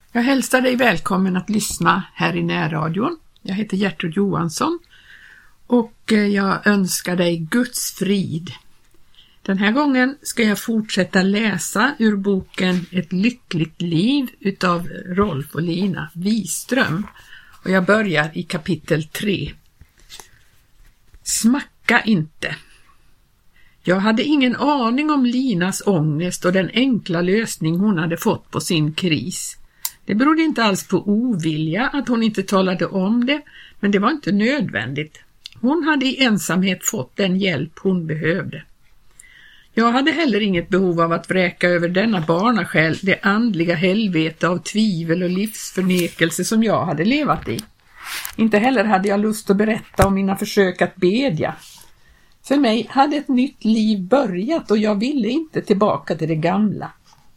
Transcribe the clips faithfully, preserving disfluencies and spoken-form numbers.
Jag hälsar dig välkommen att lyssna här i närradion. Jag heter Gertrud Johansson och jag önskar dig Guds frid. Den här gången ska jag fortsätta läsa ur boken Ett lyckligt liv utav Rolf och Lina Wiström. Och jag börjar i kapitel tre. Smacka inte. Jag hade ingen aning om Linas ångest och den enkla lösning hon hade fått på sin kris. Det berodde inte alls på ovilja att hon inte talade om det, men det var inte nödvändigt. Hon hade i ensamhet fått den hjälp hon behövde. Jag hade heller inget behov av att vräka över denna barnasjäl det andliga helvete av tvivel och livsförnekelse som jag hade levat i. Inte heller hade jag lust att berätta om mina försök att bedja. För mig hade ett nytt liv börjat och jag ville inte tillbaka till det gamla.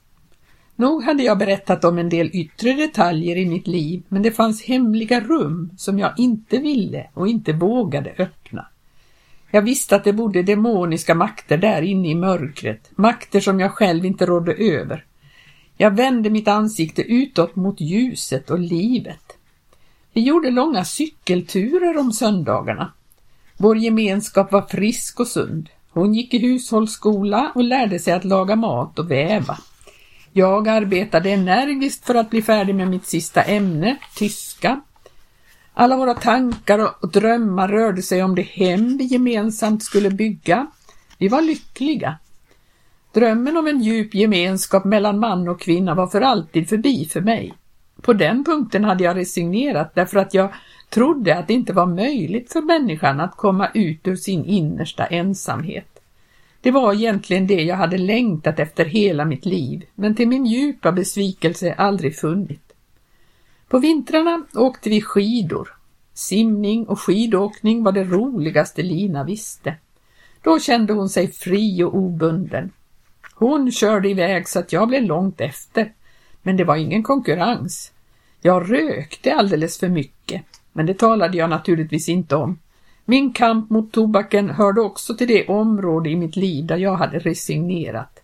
Nog hade jag berättat om en del yttre detaljer i mitt liv, men det fanns hemliga rum som jag inte ville och inte vågade öppna. Jag visste att det bodde demoniska makter där inne i mörkret, makter som jag själv inte rådde över. Jag vände mitt ansikte utåt mot ljuset och livet. Vi gjorde långa cykelturer om söndagarna. Vår gemenskap var frisk och sund. Hon gick i hushållsskola och lärde sig att laga mat och väva. Jag arbetade energiskt för att bli färdig med mitt sista ämne, tyska. Alla våra tankar och drömmar rörde sig om det hem vi gemensamt skulle bygga. Vi var lyckliga. Drömmen om en djup gemenskap mellan man och kvinna var för alltid förbi för mig. På den punkten hade jag resignerat därför att jag trodde att det inte var möjligt för människan att komma ut ur sin innersta ensamhet. Det var egentligen det jag hade längtat efter hela mitt liv, men till min djupa besvikelse aldrig funnit. På vintrarna åkte vi skidor. Simning och skidåkning var det roligaste Lina visste. Då kände hon sig fri och obunden. Hon körde iväg så att jag blev långt efter, men det var ingen konkurrens. Jag rökte alldeles för mycket, men det talade jag naturligtvis inte om. Min kamp mot tobaken hörde också till det område i mitt liv där jag hade resignerat.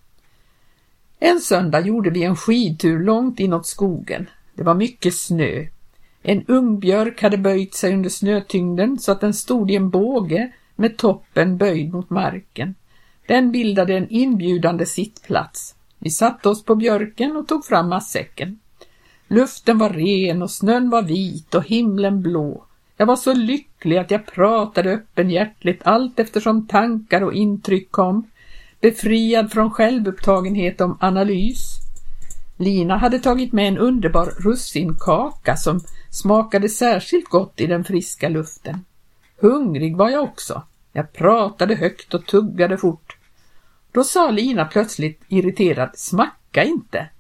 En söndag gjorde vi en skidtur långt inåt skogen. Det var mycket snö. En ung björk hade böjt sig under snötyngden så att den stod i en båge med toppen böjd mot marken. Den bildade en inbjudande sittplats. Vi satte oss på björken och tog fram matsäcken. Luften var ren och snön var vit och himlen blå. Jag var så lycklig att jag pratade öppenhjärtligt allt eftersom tankar och intryck kom, befriad från självupptagenhet om analys. Lina hade tagit med en underbar russinkaka som smakade särskilt gott i den friska luften. Hungrig var jag också. Jag pratade högt och tuggade fort. Då sa Lina plötsligt irriterad, smacka inte.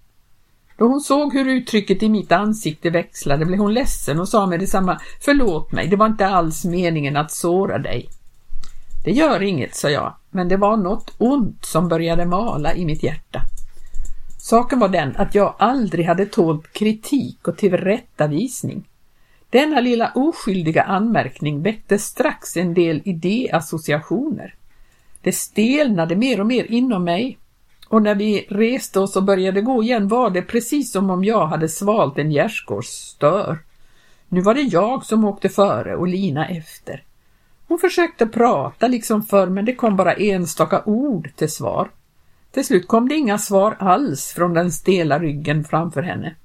Då hon såg hur uttrycket i mitt ansikte växlade blev hon ledsen och sa med detsamma, förlåt mig, det var inte alls meningen att såra dig. Det gör inget, sa jag, men det var något ont som började mala i mitt hjärta. Saken var den att jag aldrig hade tålt kritik och tillrättavisning. Denna lilla oskyldiga anmärkning väckte strax en del idéassociationer. Det stelnade mer och mer inom mig. Och när vi reste oss och började gå igen var det precis som om jag hade svalt en gärdsgårdsstör. Nu var det jag som åkte före och Lina efter. Hon försökte prata liksom förr, men det kom bara enstaka ord till svar. Till slut kom det inga svar alls från den stela ryggen framför henne.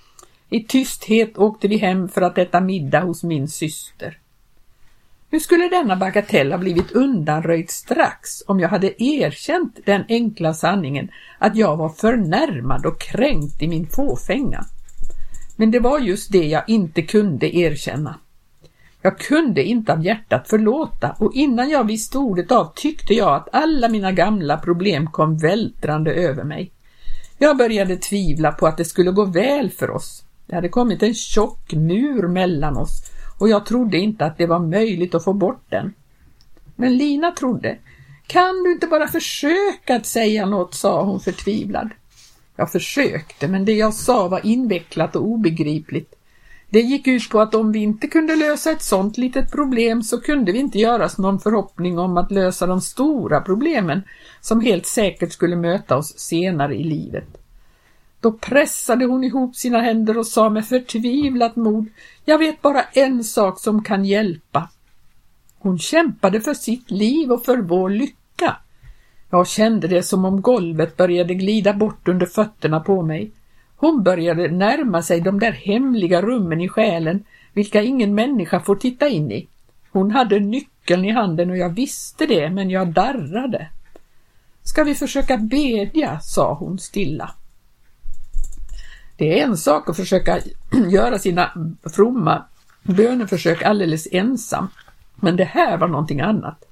I tysthet åkte vi hem för att äta middag hos min syster. Hur skulle denna bagatell ha blivit undanröjd strax om jag hade erkänt den enkla sanningen att jag var förnärmad och kränkt i min fåfänga? Men det var just det jag inte kunde erkänna. Jag kunde inte av hjärtat förlåta och innan jag visste ordet av tyckte jag att alla mina gamla problem kom vältrande över mig. Jag började tvivla på att det skulle gå väl för oss. Det hade kommit en tjock mur mellan oss och jag trodde inte att det var möjligt att få bort den. Men Lina trodde. Kan du inte bara försöka att säga något, sa hon förtvivlad. Jag försökte, men det jag sa var invecklat och obegripligt. Det gick ut på att om vi inte kunde lösa ett sånt litet problem så kunde vi inte göra oss någon förhoppning om att lösa de stora problemen som helt säkert skulle möta oss senare i livet. Då pressade hon ihop sina händer och sa med förtvivlat mod: jag vet bara en sak som kan hjälpa. Hon kämpade för sitt liv och för vår lycka. Jag kände det som om golvet började glida bort under fötterna på mig. Hon började närma sig de där hemliga rummen i själen, vilka ingen människa får titta in i. Hon hade nyckeln i handen och jag visste det, men jag darrade. Ska vi försöka bedja, sa hon stilla. Det är en sak att försöka göra sina fromma böneförsök alldeles ensam, men det här var någonting annat.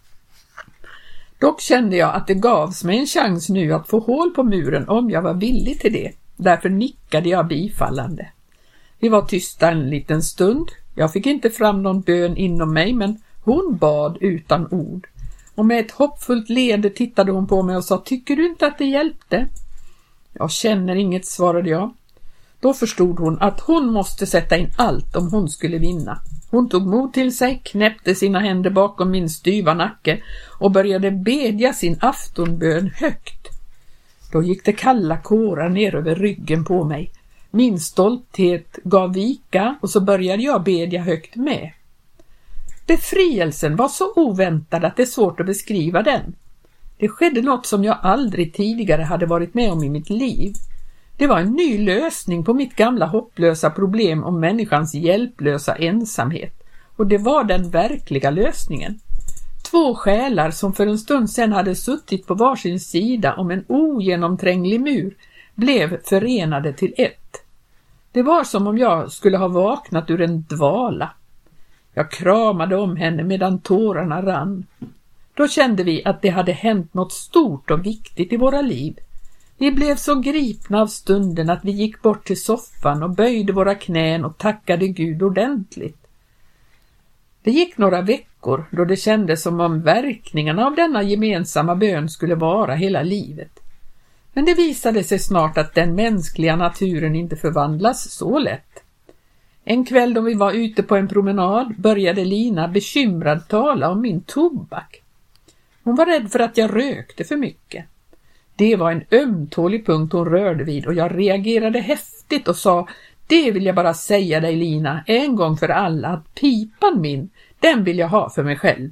Dock kände jag att det gavs mig en chans nu att få hål på muren om jag var villig till det. Därför nickade jag bifallande. Vi var tysta en liten stund. Jag fick inte fram någon bön inom mig, men hon bad utan ord. Och med ett hoppfullt leende tittade hon på mig och sa: tycker du inte att det hjälpte? Jag känner inget, svarade jag. Då förstod hon att hon måste sätta in allt om hon skulle vinna. Hon tog mod till sig, knäppte sina händer bakom min styva nacke och började bedja sin aftonbön högt. Då gick det kalla kårar ner över ryggen på mig. Min stolthet gav vika och så började jag bedja högt med. Befrielsen var så oväntad att det är svårt att beskriva den. Det skedde något som jag aldrig tidigare hade varit med om i mitt liv. Det var en ny lösning på mitt gamla hopplösa problem om människans hjälplösa ensamhet. Och det var den verkliga lösningen. Två själar som för en stund sedan hade suttit på varsin sida om en ogenomtränglig mur blev förenade till ett. Det var som om jag skulle ha vaknat ur en dvala. Jag kramade om henne medan tårarna rann. Då kände vi att det hade hänt något stort och viktigt i våra liv. Vi blev så gripna av stunden att vi gick bort till soffan och böjde våra knän och tackade Gud ordentligt. Det gick några veckor då det kändes som om verkningarna av denna gemensamma bön skulle vara hela livet. Men det visade sig snart att den mänskliga naturen inte förvandlas så lätt. En kväll då vi var ute på en promenad började Lina bekymrad tala om min tobak. Hon var rädd för att jag rökte för mycket. Det var en ömtålig punkt hon rörde vid och jag reagerade häftigt och sa: det vill jag bara säga dig, Lina, en gång för alla, att pipan min, den vill jag ha för mig själv.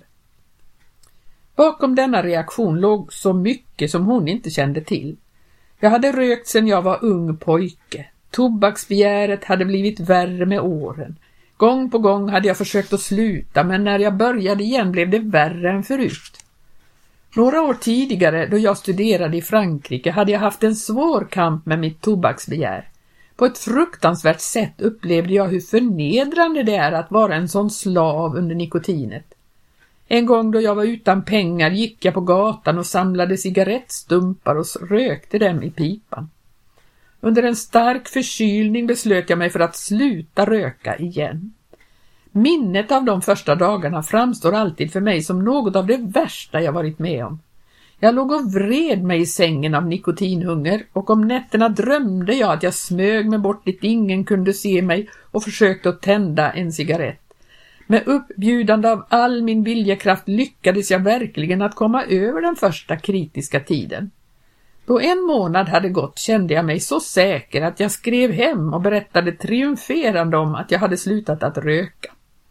Bakom denna reaktion låg så mycket som hon inte kände till. Jag hade rökt sedan jag var ung pojke. Tobaksbegäret hade blivit värre med åren. Gång på gång hade jag försökt att sluta, men när jag började igen blev det värre än förut. Några år tidigare, då jag studerade i Frankrike, hade jag haft en svår kamp med mitt tobaksbegär. På ett fruktansvärt sätt upplevde jag hur förnedrande det är att vara en sån slav under nikotinet. En gång då jag var utan pengar gick jag på gatan och samlade cigarettstumpar och rökte dem i pipan. Under en stark förkylning beslöt jag mig för att sluta röka igen. Minnet av de första dagarna framstår alltid för mig som något av det värsta jag varit med om. Jag låg och vred mig i sängen av nikotinhunger och om nätterna drömde jag att jag smög mig bort dit ingen kunde se mig och försökte att tända en cigarett. Med uppbjudande av all min viljekraft lyckades jag verkligen att komma över den första kritiska tiden. Då en månad hade gått kände jag mig så säker att jag skrev hem och berättade triumferande om att jag hade slutat att röka.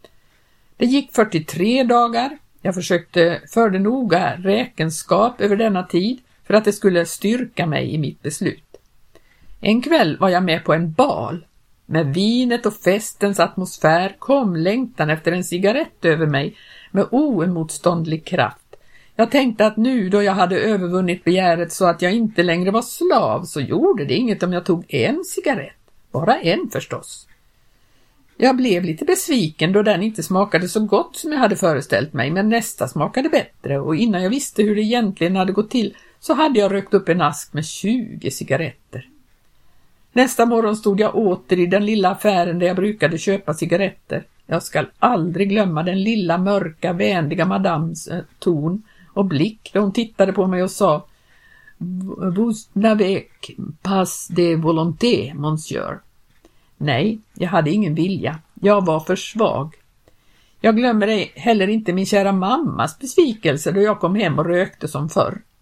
Det gick fyrtiotre dagar. Jag försökte förde noga räkenskap över denna tid för att det skulle styrka mig i mitt beslut. En kväll var jag med på en bal. Med vinet och festens atmosfär kom längtan efter en cigarett över mig med oemotståndlig kraft. Jag tänkte att nu då jag hade övervunnit begäret så att jag inte längre var slav så gjorde det inget om jag tog en cigarett. Bara en förstås. Jag blev lite besviken då den inte smakade så gott som jag hade föreställt mig, men nästa smakade bättre och innan jag visste hur det egentligen hade gått till så hade jag rökt upp en ask med tjugo cigaretter. Nästa morgon stod jag åter i den lilla affären där jag brukade köpa cigaretter. Jag ska aldrig glömma den lilla mörka, vänliga madams eh, ton och blick då hon tittade på mig och sa: Vous n'avez pas de volonté, monsieur. Nej, jag hade ingen vilja. Jag var för svag. Jag glömmer heller inte min kära mammas besvikelse då jag kom hem och rökte som förr.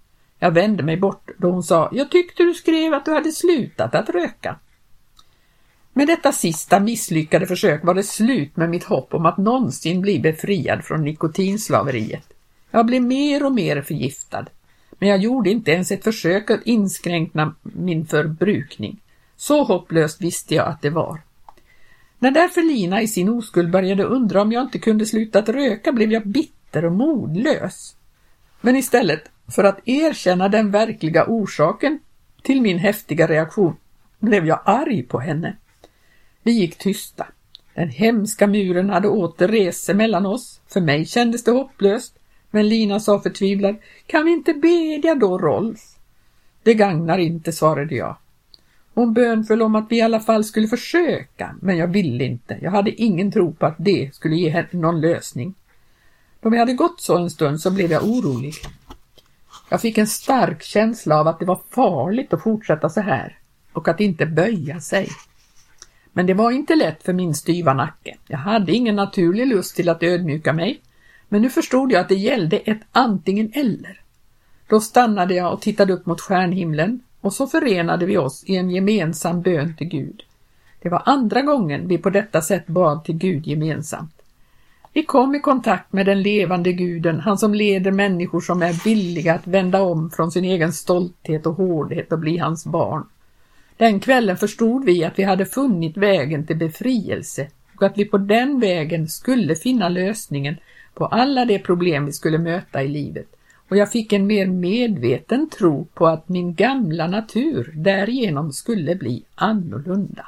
Jag vände mig bort då hon sa, jag tyckte du skrev att du hade slutat att röka. Med detta sista misslyckade försök var det slut med mitt hopp om att någonsin bli befriad från nikotinslaveriet. Jag blev mer och mer förgiftad, men jag gjorde inte ens ett försök att inskränka min förbrukning. Så hopplöst visste jag att det var. När därför Lina i sin oskuld började undra om jag inte kunde sluta att röka blev jag bitter och modlös. Men istället för att erkänna den verkliga orsaken till min häftiga reaktion blev jag arg på henne. Vi gick tysta. Den hemska muren hade åter rest sig mellan oss. För mig kändes det hopplöst. Men Lina sa förtvivlad, kan vi inte bedja då, Rolf? Det gagnar inte, svarade jag. Hon bönföll om att vi i alla fall skulle försöka, men jag ville inte. Jag hade ingen tro på att det skulle ge henne någon lösning. Då vi hade gått så en stund så blev jag orolig. Jag fick en stark känsla av att det var farligt att fortsätta så här och att inte böja sig. Men det var inte lätt för min styva nacke. Jag hade ingen naturlig lust till att ödmjuka mig, men nu förstod jag att det gällde ett antingen eller. Då stannade jag och tittade upp mot stjärnhimlen och så förenade vi oss i en gemensam bön till Gud. Det var andra gången vi på detta sätt bad till Gud gemensamt. Vi kom i kontakt med den levande Guden, han som leder människor som är villiga att vända om från sin egen stolthet och hårdhet och bli hans barn. Den kvällen förstod vi att vi hade funnit vägen till befrielse och att vi på den vägen skulle finna lösningen på alla de problem vi skulle möta i livet. Och jag fick en mer medveten tro på att min gamla natur därigenom skulle bli annorlunda.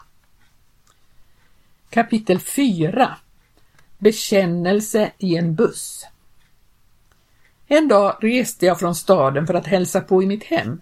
Kapitel fyra. Bekännelse i en buss. En dag reste jag från staden för att hälsa på i mitt hem.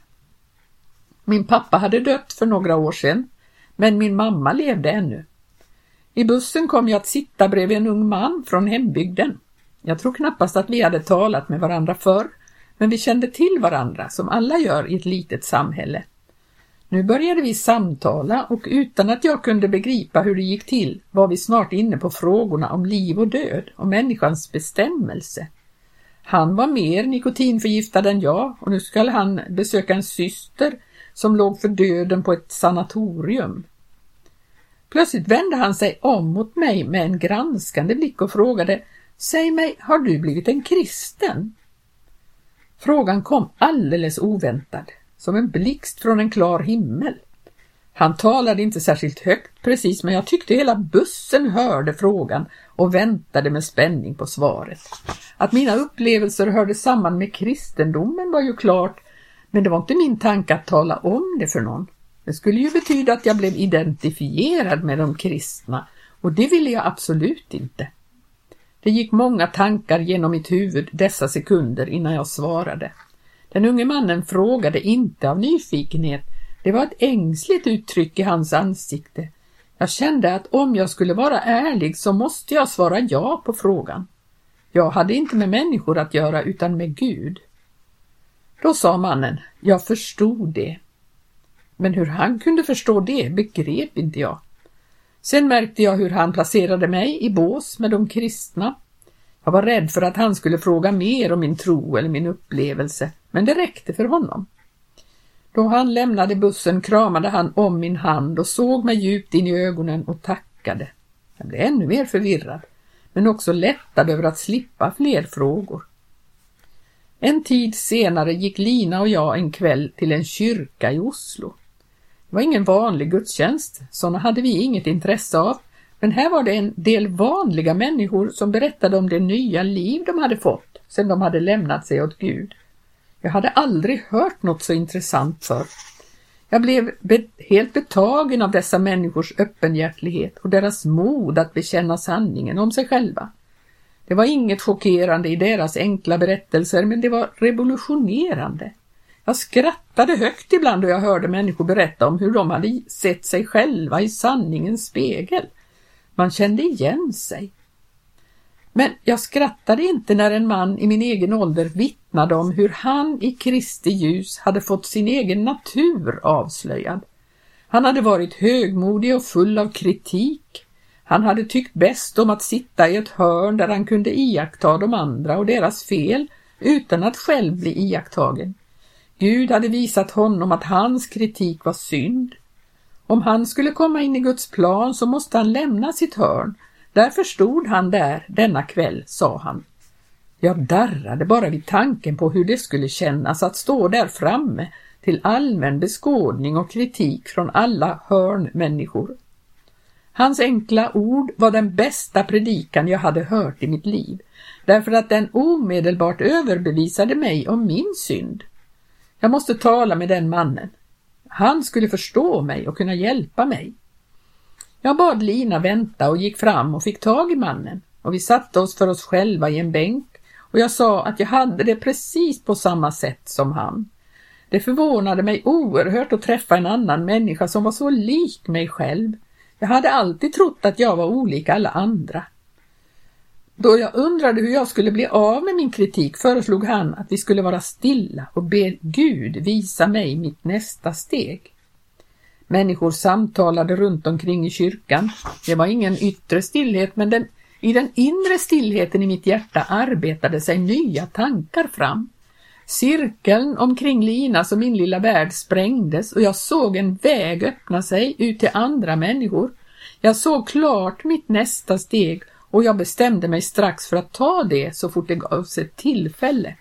Min pappa hade dött för några år sedan, men min mamma levde ännu. I bussen kom jag att sitta bredvid en ung man från hembygden. Jag tror knappast att vi hade talat med varandra förr, men vi kände till varandra som alla gör i ett litet samhälle. Nu började vi samtala och utan att jag kunde begripa hur det gick till var vi snart inne på frågorna om liv och död och människans bestämmelse. Han var mer nikotinförgiftad än jag och nu skulle han besöka en syster som låg för döden på ett sanatorium. Plötsligt vände han sig om mot mig med en granskande blick och frågade, säg mig, har du blivit en kristen? Frågan kom alldeles oväntad, som en blixt från en klar himmel. Han talade inte särskilt högt precis, men jag tyckte hela bussen hörde frågan och väntade med spänning på svaret. Att mina upplevelser hörde samman med kristendomen var ju klart, men det var inte min tanke att tala om det för någon. Det skulle ju betyda att jag blev identifierad med de kristna, och det ville jag absolut inte. Det gick många tankar genom mitt huvud dessa sekunder innan jag svarade. Den unge mannen frågade inte av nyfikenhet. Det var ett ängsligt uttryck i hans ansikte. Jag kände att om jag skulle vara ärlig så måste jag svara ja på frågan. Jag hade inte med människor att göra utan med Gud. Då sa mannen, jag förstod det. Men hur han kunde förstå det begrep inte jag. Sen märkte jag hur han placerade mig i bås med de kristna. Jag var rädd för att han skulle fråga mer om min tro eller min upplevelse, men det räckte för honom. Då han lämnade bussen kramade han om min hand och såg mig djupt in i ögonen och tackade. Jag blev ännu mer förvirrad, men också lättad över att slippa fler frågor. En tid senare gick Lina och jag en kväll till en kyrka i Oslo. Det var ingen vanlig gudstjänst, sådana hade vi inget intresse av, men här var det en del vanliga människor som berättade om det nya liv de hade fått sedan de hade lämnat sig åt Gud. Jag hade aldrig hört något så intressant för. Jag blev be- helt betagen av dessa människors öppenhjärtlighet och deras mod att bekänna sanningen om sig själva. Det var inget chockerande i deras enkla berättelser, men det var revolutionerande. Jag skrattade högt ibland då jag hörde människor berätta om hur de hade sett sig själva i sanningens spegel. Man kände igen sig. Men jag skrattade inte när en man i min egen ålder vittnade om hur han i Kristi ljus hade fått sin egen natur avslöjad. Han hade varit högmodig och full av kritik. Han hade tyckt bäst om att sitta i ett hörn där han kunde iaktta de andra och deras fel utan att själv bli iakttagen. Gud hade visat honom att hans kritik var synd. Om han skulle komma in i Guds plan så måste han lämna sitt hörn. Därför stod han där denna kväll, sa han. Jag darrade bara vid tanken på hur det skulle kännas att stå där framme till allmän beskådning och kritik från alla hörnmänniskor. Hans enkla ord var den bästa predikan jag hade hört i mitt liv, därför att den omedelbart överbevisade mig om min synd. Jag måste tala med den mannen. Han skulle förstå mig och kunna hjälpa mig. Jag bad Lina vänta och gick fram och fick tag i mannen, och vi satte oss för oss själva i en bänk, och jag sa att jag hade det precis på samma sätt som han. Det förvånade mig oerhört att träffa en annan människa som var så lik mig själv. Jag hade alltid trott att jag var olik alla andra. Då jag undrade hur jag skulle bli av med min kritik föreslog han att vi skulle vara stilla och be Gud visa mig mitt nästa steg. Människor samtalade runt omkring i kyrkan. Det var ingen yttre stillhet, men den, i den inre stillheten i mitt hjärta arbetade sig nya tankar fram. Cirkeln omkring Lina som min lilla värld sprängdes och jag såg en väg öppna sig ut till andra människor. Jag såg klart mitt nästa steg och jag bestämde mig strax för att ta det så fort det gavs ett tillfälle.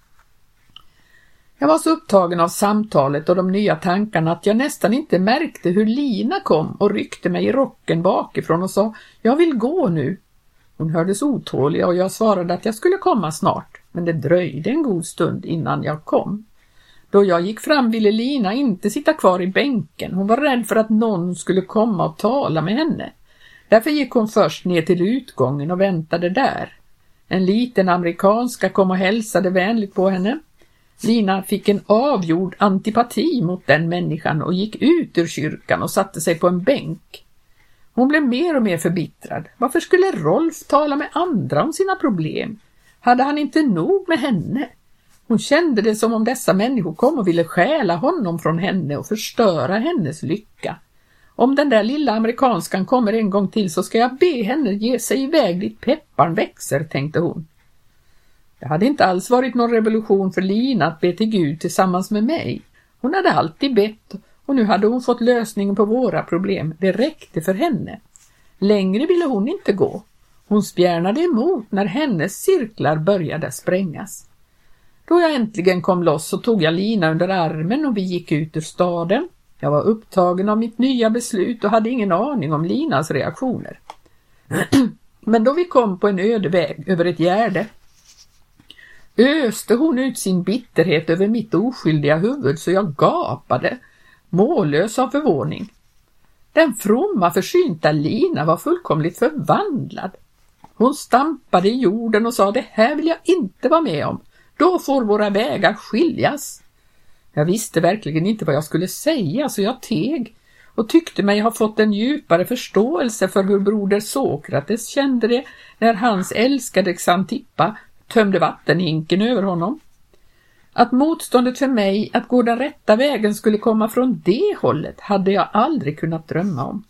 Jag var så upptagen av samtalet och de nya tankarna att jag nästan inte märkte hur Lina kom och ryckte mig i rocken bakifrån och sa, jag vill gå nu. Hon hördes otålig och jag svarade att jag skulle komma snart, men det dröjde en god stund innan jag kom. Då jag gick fram ville Lina inte sitta kvar i bänken. Hon var rädd för att någon skulle komma och tala med henne. Därför gick hon först ner till utgången och väntade där. En liten amerikanska kom och hälsade vänligt på henne. Lina fick en avgjord antipati mot den människan och gick ut ur kyrkan och satte sig på en bänk. Hon blev mer och mer förbittrad. Varför skulle Rolf tala med andra om sina problem? Hade han inte nog med henne? Hon kände det som om dessa människor kom och ville stjäla honom från henne och förstöra hennes lycka. Om den där lilla amerikanskan kommer en gång till så ska jag be henne ge sig iväg dit pepparn växer, tänkte hon. Det hade inte alls varit någon revolution för Lina att be till Gud tillsammans med mig. Hon hade alltid bett och nu hade hon fått lösningen på våra problem. Det räckte för henne. Längre ville hon inte gå. Hon spjärnade emot när hennes cirklar började sprängas. Då jag äntligen kom loss så tog jag Lina under armen och vi gick ut ur staden. Jag var upptagen av mitt nya beslut och hade ingen aning om Linas reaktioner. Men då vi kom på en öde väg över ett gärde öste hon ut sin bitterhet över mitt oskyldiga huvud så jag gapade, mållös av förvåning. Den fromma försynta Lina var fullkomligt förvandlad. Hon stampade i jorden och sa, det här vill jag inte vara med om. Då får våra vägar skiljas. Jag visste verkligen inte vad jag skulle säga så jag teg och tyckte mig ha fått en djupare förståelse för hur broder Sokrates kände det när hans älskade Xantippa tömde vattenhinken över honom. Att motståndet för mig att gå den rätta vägen skulle komma från det hållet hade jag aldrig kunnat drömma om.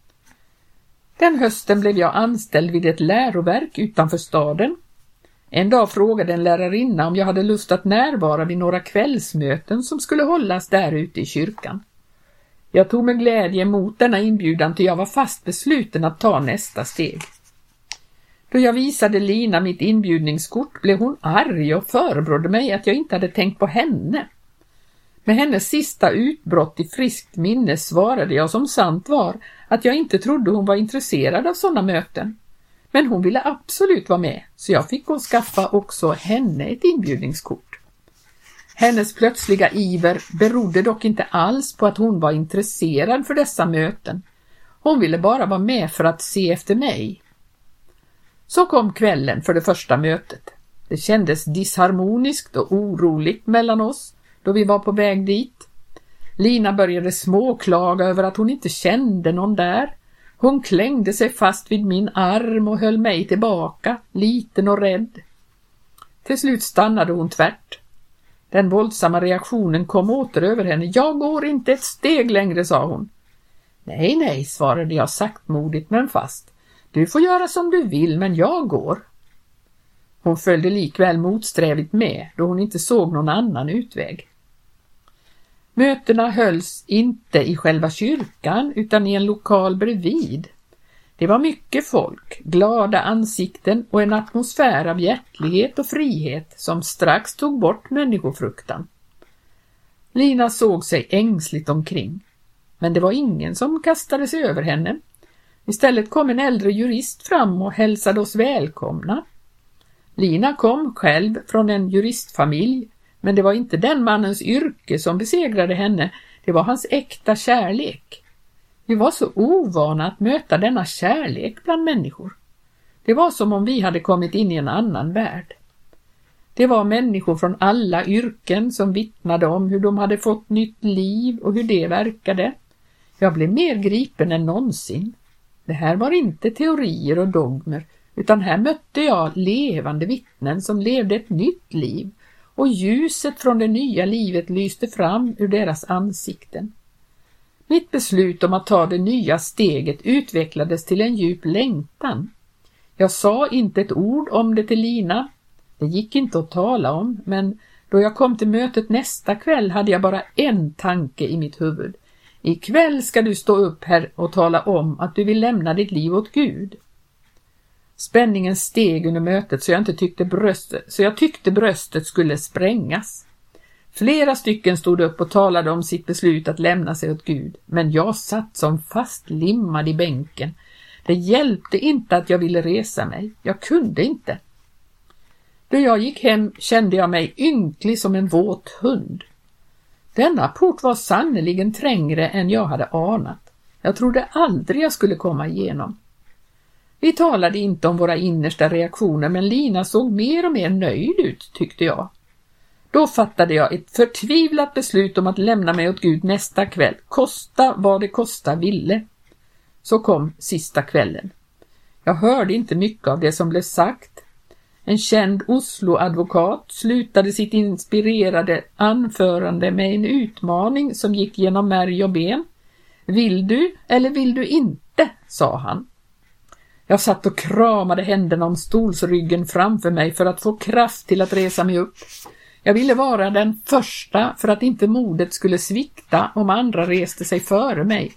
Den hösten blev jag anställd vid ett läroverk utanför staden. En dag frågade en lärarinna om jag hade lust att närvara vid några kvällsmöten som skulle hållas där ute i kyrkan. Jag tog med glädje emot denna inbjudan till jag var fast besluten att ta nästa steg. Då jag visade Lina mitt inbjudningskort blev hon arg och förebrådde mig att jag inte hade tänkt på henne. Med hennes sista utbrott i friskt minne svarade jag som sant var att jag inte trodde hon var intresserad av sådana möten. Men hon ville absolut vara med så jag fick gå och skaffa också henne ett inbjudningskort. Hennes plötsliga iver berodde dock inte alls på att hon var intresserad för dessa möten. Hon ville bara vara med för att se efter mig. Så kom kvällen för det första mötet. Det kändes disharmoniskt och oroligt mellan oss då vi var på väg dit. Lina började småklaga över att hon inte kände någon där. Hon klängde sig fast vid min arm och höll mig tillbaka, liten och rädd. Till slut stannade hon tvärt. Den våldsamma reaktionen kom åter över henne. Jag går inte ett steg längre, sa hon. Nej, nej, svarade jag saktmodigt men fast. Du får göra som du vill, men jag går. Hon följde likväl motsträvigt med, då hon inte såg någon annan utväg. Mötena hölls inte i själva kyrkan utan i en lokal bredvid. Det var mycket folk, glada ansikten och en atmosfär av hjärtlighet och frihet som strax tog bort människofruktan. Lina såg sig ängsligt omkring, men det var ingen som kastade sig över henne. Istället kom en äldre jurist fram och hälsade oss välkomna. Lina kom själv från en juristfamilj, men det var inte den mannens yrke som besegrade henne, det var hans äkta kärlek. Vi var så ovana att möta denna kärlek bland människor. Det var som om vi hade kommit in i en annan värld. Det var människor från alla yrken som vittnade om hur de hade fått nytt liv och hur det verkade. Jag blev mer gripen än någonsin. Det här var inte teorier och dogmer, utan här mötte jag levande vittnen som levde ett nytt liv, och ljuset från det nya livet lyste fram ur deras ansikten. Mitt beslut om att ta det nya steget utvecklades till en djup längtan. Jag sa inte ett ord om det till Lina. Det gick inte att tala om, men då jag kom till mötet nästa kväll hade jag bara en tanke i mitt huvud. Ikväll ska du stå upp här och tala om att du vill lämna ditt liv åt Gud. Spänningen steg under mötet så jag inte tyckte bröstet, så jag tyckte bröstet skulle sprängas. Flera stycken stod upp och talade om sitt beslut att lämna sig åt Gud, men jag satt som fastlimmad i bänken. Det hjälpte inte att jag ville resa mig. Jag kunde inte. Då jag gick hem kände jag mig ynklig som en våt hund. Denna port var sannoliken trängre än jag hade anat. Jag trodde aldrig jag skulle komma igenom. Vi talade inte om våra innersta reaktioner, men Lina såg mer och mer nöjd ut, tyckte jag. Då fattade jag ett förtvivlat beslut om att lämna mig åt Gud nästa kväll, kosta vad det kosta ville. Så kom sista kvällen. Jag hörde inte mycket av det som blev sagt. En känd Oslo-advokat slutade sitt inspirerade anförande med en utmaning som gick genom märg och ben. Vill du eller vill du inte, sa han. Jag satt och kramade händerna om stolsryggen framför mig för att få kraft till att resa mig upp. Jag ville vara den första för att inte modet skulle svikta om andra reste sig före mig.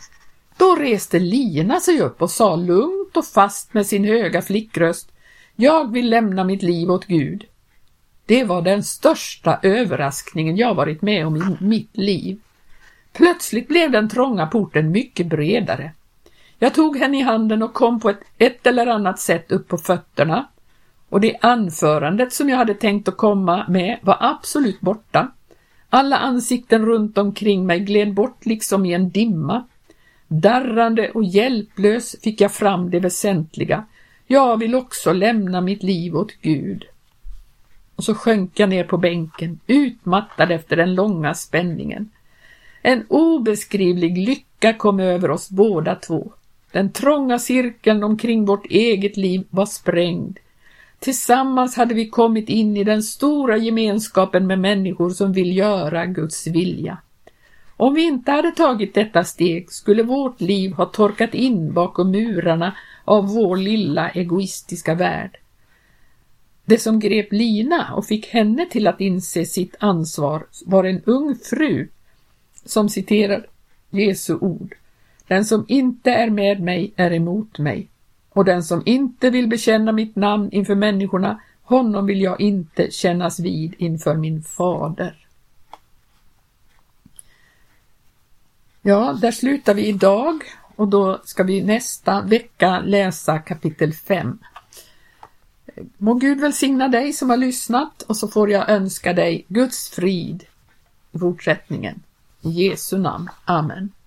Då reste Lina sig upp och sa lugnt och fast med sin höga flickröst: jag vill lämna mitt liv åt Gud. Det var den största överraskningen jag varit med om i mitt liv. Plötsligt blev den trånga porten mycket bredare. Jag tog henne i handen och kom på ett, ett eller annat sätt upp på fötterna. Och det anförandet som jag hade tänkt att komma med var absolut borta. Alla ansikten runt omkring mig gled bort liksom i en dimma. Darrande och hjälplös fick jag fram det väsentliga. Jag vill också lämna mitt liv åt Gud. Och så sjönk jag ner på bänken, utmattad efter den långa spänningen. En obeskrivlig lycka kom över oss båda två. Den trånga cirkeln omkring vårt eget liv var sprängd. Tillsammans hade vi kommit in i den stora gemenskapen med människor som vill göra Guds vilja. Om vi inte hade tagit detta steg skulle vårt liv ha torkat in bakom murarna av vår lilla egoistiska värld. Det som grep Lina och fick henne till att inse sitt ansvar var en ung fru som citerar Jesu ord: den som inte är med mig är emot mig, och den som inte vill bekänna mitt namn inför människorna, honom vill jag inte kännas vid inför min fader. Ja, där slutar vi idag, och då ska vi nästa vecka läsa kapitel fem. Må Gud välsigna dig som har lyssnat, och så får jag önska dig Guds frid i fortsättningen. I Jesu namn. Amen.